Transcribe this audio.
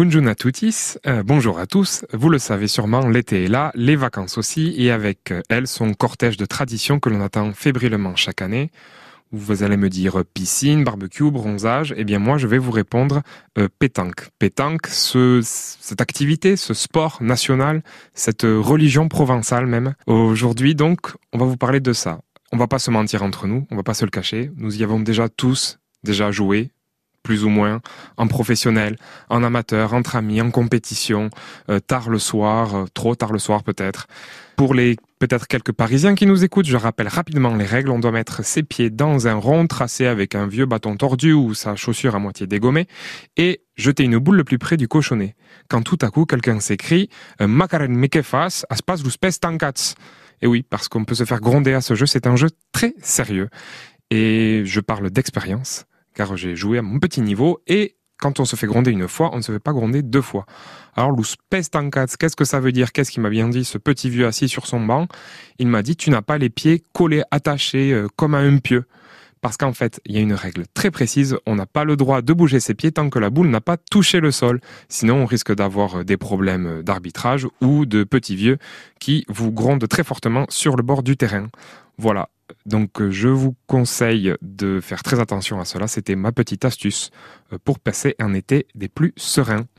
Bunjuna tutis, bonjour à tous. Vous le savez sûrement, l'été est là, les vacances aussi, et avec elles son cortège de traditions que l'on attend fébrilement chaque année. Vous allez me dire piscine, barbecue, bronzage. Eh bien moi, je vais vous répondre pétanque. Pétanque, cette activité, ce sport national, cette religion provençale même. Aujourd'hui donc, on va vous parler de ça. On va pas se mentir entre nous, on va pas se le cacher. Nous y avons déjà tous joué, plus ou moins, en professionnel, en amateur, entre amis, en compétition, tard le soir, trop tard le soir peut-être. Pour les peut-être quelques Parisiens qui nous écoutent, je rappelle rapidement les règles. On doit mettre ses pieds dans un rond tracé avec un vieux bâton tordu ou sa chaussure à moitié dégommée et jeter une boule le plus près du cochonnet. Quand tout à coup, quelqu'un s'écrie « Macarena Mekefas, aspas luspes tankats ». Et oui, parce qu'on peut se faire gronder à ce jeu, c'est un jeu très sérieux. Et je parle d'expérience, car j'ai joué à mon petit niveau, et quand on se fait gronder une fois, on ne se fait pas gronder deux fois. Alors, luspes tankats, qu'est-ce que ça veut dire? Qu'est-ce qu'il m'a bien dit, ce petit vieux assis sur son banc? Il m'a dit, tu n'as pas les pieds collés, attachés, comme à un pieu. Parce qu'en fait, il y a une règle très précise, on n'a pas le droit de bouger ses pieds tant que la boule n'a pas touché le sol. Sinon, on risque d'avoir des problèmes d'arbitrage ou de petits vieux qui vous grondent très fortement sur le bord du terrain. Voilà. Donc, je vous conseille de faire très attention à cela. C'était ma petite astuce pour passer un été des plus sereins.